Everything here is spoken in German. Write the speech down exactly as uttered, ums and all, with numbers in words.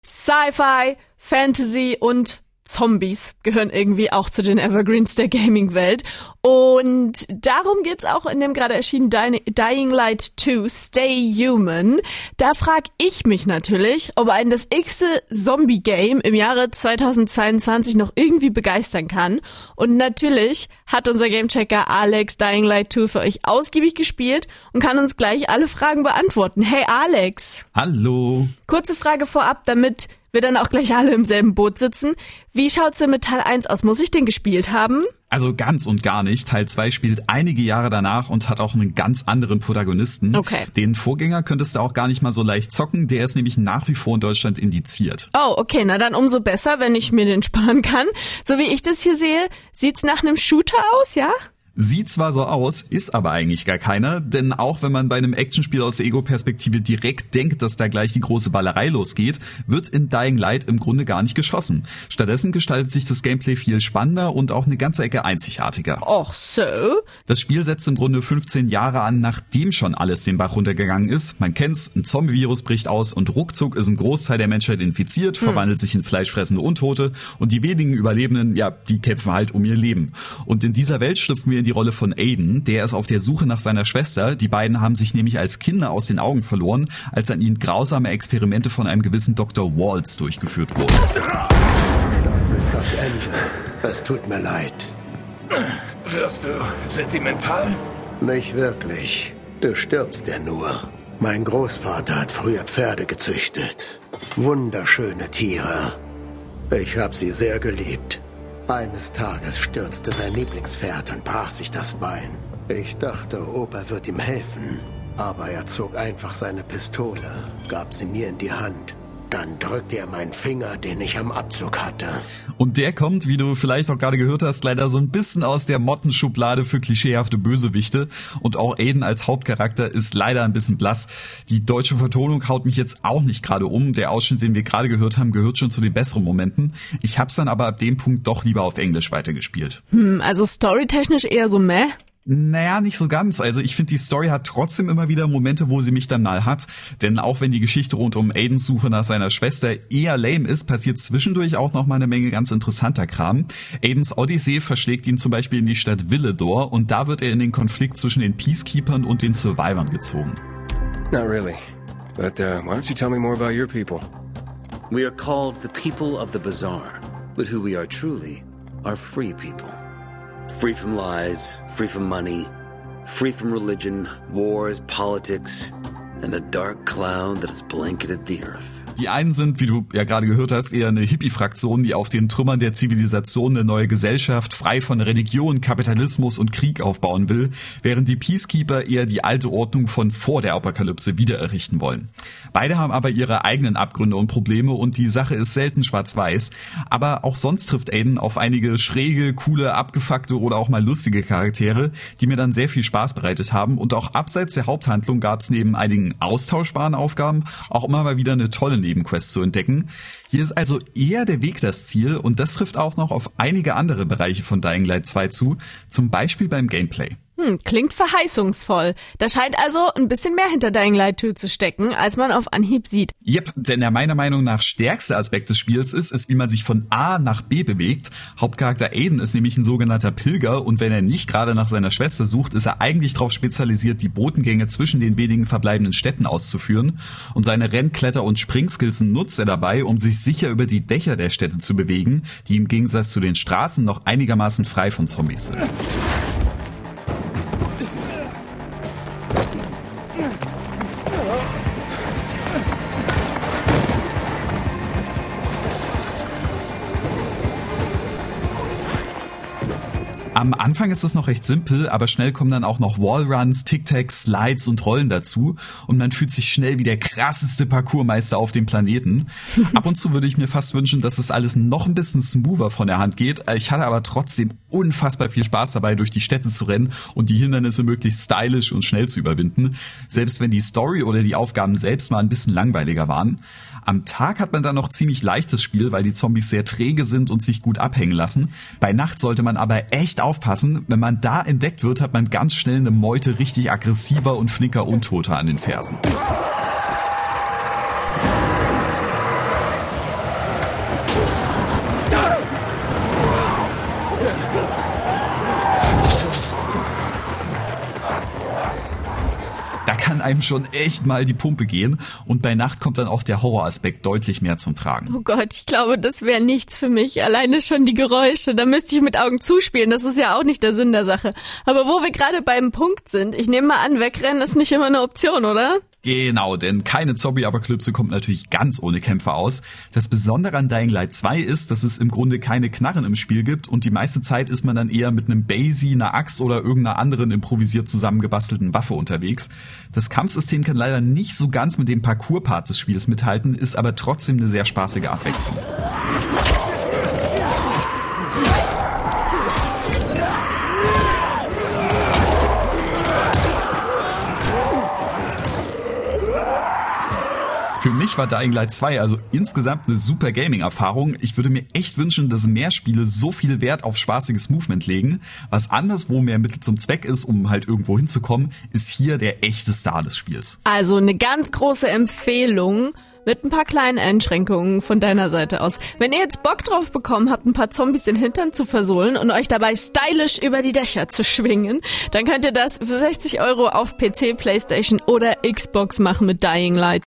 Sci-Fi, Fantasy und Zombies gehören irgendwie auch zu den Evergreens der Gaming-Welt. Und darum geht's auch in dem gerade erschienenen Dying Light zwei, Stay Human. Da frag ich mich natürlich, ob einen das x-te Zombie-Game im Jahre zweitausendzweiundzwanzig noch irgendwie begeistern kann. Und natürlich hat unser Gamechecker Alex Dying Light zwei für euch ausgiebig gespielt und kann uns gleich alle Fragen beantworten. Hey Alex! Hallo! Kurze Frage vorab, damit wir dann auch gleich alle im selben Boot sitzen. Wie schaut's denn mit Teil eins aus? Muss ich den gespielt haben? Also ganz und gar nicht. Teil zwei spielt einige Jahre danach und hat auch einen ganz anderen Protagonisten. Okay. Den Vorgänger könntest du auch gar nicht mal so leicht zocken. Der ist nämlich nach wie vor in Deutschland indiziert. Oh, okay. Na dann umso besser, wenn ich mir den sparen kann. So wie ich das hier sehe, sieht's nach einem Shooter aus, ja? Sieht zwar so aus, ist aber eigentlich gar keiner, denn auch wenn man bei einem Actionspiel aus der Ego-Perspektive direkt denkt, dass da gleich die große Ballerei losgeht, wird in Dying Light im Grunde gar nicht geschossen. Stattdessen gestaltet sich das Gameplay viel spannender und auch eine ganze Ecke einzigartiger. Ach so? Das Spiel setzt im Grunde fünfzehn Jahre an, nachdem schon alles den Bach runtergegangen ist. Man kennt's, ein Zombie-Virus bricht aus und ruckzuck ist ein Großteil der Menschheit infiziert, hm. verwandelt sich in fleischfressende Untote und die wenigen Überlebenden, ja, die kämpfen halt um ihr Leben. Und in dieser Welt schlüpfen wir in die Rolle von Aiden, der ist auf der Suche nach seiner Schwester. Die beiden haben sich nämlich als Kinder aus den Augen verloren, als an ihnen grausame Experimente von einem gewissen Doktor Waltz durchgeführt wurden. Das ist das Ende. Es tut mir leid. Wirst du sentimental? Nicht wirklich. Du stirbst ja nur. Mein Großvater hat früher Pferde gezüchtet. Wunderschöne Tiere. Ich habe sie sehr geliebt. Eines Tages stürzte sein Lieblingspferd und brach sich das Bein. Ich dachte, Opa wird ihm helfen. Aber er zog einfach seine Pistole, gab sie mir in die Hand. Dann drückte er meinen Finger, den ich am Abzug hatte. Und der kommt, wie du vielleicht auch gerade gehört hast, leider so ein bisschen aus der Mottenschublade für klischeehafte Bösewichte. Und auch Aiden als Hauptcharakter ist leider ein bisschen blass. Die deutsche Vertonung haut mich jetzt auch nicht gerade um. Der Ausschnitt, den wir gerade gehört haben, gehört schon zu den besseren Momenten. Ich hab's dann aber ab dem Punkt doch lieber auf Englisch weitergespielt. Hm, also storytechnisch eher so meh? Naja, nicht so ganz. Also ich finde, die Story hat trotzdem immer wieder Momente, wo sie mich dann mal hat. Denn auch wenn die Geschichte rund um Aidens Suche nach seiner Schwester eher lame ist, passiert zwischendurch auch noch mal eine Menge ganz interessanter Kram. Aidens Odyssee verschlägt ihn zum Beispiel in die Stadt Villedor und da wird er in den Konflikt zwischen den Peacekeepers und den Survivors gezogen. Not really. But uh, why don't you tell me more about your people? We are called the people of the bazaar. But who we are truly are free people. Free from lies, free from money, free from religion, wars, politics, and the dark cloud that has blanketed the earth. Die einen sind, wie du ja gerade gehört hast, eher eine Hippie-Fraktion, die auf den Trümmern der Zivilisation eine neue Gesellschaft, frei von Religion, Kapitalismus und Krieg aufbauen will, während die Peacekeeper eher die alte Ordnung von vor der Apokalypse wieder errichten wollen. Beide haben aber ihre eigenen Abgründe und Probleme und die Sache ist selten schwarz-weiß, aber auch sonst trifft Aiden auf einige schräge, coole, abgefuckte oder auch mal lustige Charaktere, die mir dann sehr viel Spaß bereitet haben und auch abseits der Haupthandlung gab es neben einigen austauschbaren Aufgaben auch immer mal wieder eine tolle Nebenquests zu entdecken. Hier ist also eher der Weg das Ziel und das trifft auch noch auf einige andere Bereiche von Dying Light zwei zu, zum Beispiel beim Gameplay. Hm, klingt verheißungsvoll. Da scheint also ein bisschen mehr hinter Dying Light zwei zu stecken, als man auf Anhieb sieht. Yep, denn der meiner Meinung nach stärkste Aspekt des Spiels ist, ist, wie man sich von A nach B bewegt. Hauptcharakter Aiden ist nämlich ein sogenannter Pilger und wenn er nicht gerade nach seiner Schwester sucht, ist er eigentlich darauf spezialisiert, die Botengänge zwischen den wenigen verbleibenden Städten auszuführen. Und seine Renn-, Kletter- und Springskills nutzt er dabei, um sich sicher über die Dächer der Städte zu bewegen, die im Gegensatz zu den Straßen noch einigermaßen frei von Zombies sind. Am Anfang ist es noch recht simpel, aber schnell kommen dann auch noch Wallruns, Tic-Tacs, Slides und Rollen dazu und man fühlt sich schnell wie der krasseste Parkourmeister auf dem Planeten. Ab und zu würde ich mir fast wünschen, dass es alles noch ein bisschen smoother von der Hand geht. Ich hatte aber trotzdem unfassbar viel Spaß dabei, durch die Städte zu rennen und die Hindernisse möglichst stylisch und schnell zu überwinden, selbst wenn die Story oder die Aufgaben selbst mal ein bisschen langweiliger waren. Am Tag hat man dann noch ziemlich leichtes Spiel, weil die Zombies sehr träge sind und sich gut abhängen lassen. Bei Nacht sollte man aber echt aufpassen. Wenn man da entdeckt wird, hat man ganz schnell eine Meute richtig aggressiver und flinker Untote an den Fersen. kann einem schon echt mal die Pumpe gehen. Und bei Nacht kommt dann auch der Horroraspekt deutlich mehr zum Tragen. Oh Gott, ich glaube, das wäre nichts für mich. Alleine schon die Geräusche, da müsste ich mit Augen zuspielen. Das ist ja auch nicht der Sinn der Sache. Aber wo wir gerade beim Punkt sind, ich nehme mal an, wegrennen ist nicht immer eine Option, oder? Genau, denn keine Zombie-Apokalypse kommt natürlich ganz ohne Kämpfe aus. Das Besondere an Dying Light zwei ist, dass es im Grunde keine Knarren im Spiel gibt und die meiste Zeit ist man dann eher mit einem Basie, einer Axt oder irgendeiner anderen improvisiert zusammengebastelten Waffe unterwegs. Das Kampfsystem kann leider nicht so ganz mit dem Parcours-Part des Spiels mithalten, ist aber trotzdem eine sehr spaßige Abwechslung. Für mich war Dying Light zwei also insgesamt eine super Gaming-Erfahrung. Ich würde mir echt wünschen, dass mehr Spiele so viel Wert auf spaßiges Movement legen. Was anderswo mehr Mittel zum Zweck ist, um halt irgendwo hinzukommen, ist hier der echte Star des Spiels. Also eine ganz große Empfehlung mit ein paar kleinen Einschränkungen von deiner Seite aus. Wenn ihr jetzt Bock drauf bekommen habt, ein paar Zombies den Hintern zu versohlen und euch dabei stylisch über die Dächer zu schwingen, dann könnt ihr das für sechzig Euro auf P C, PlayStation oder Xbox machen mit Dying Light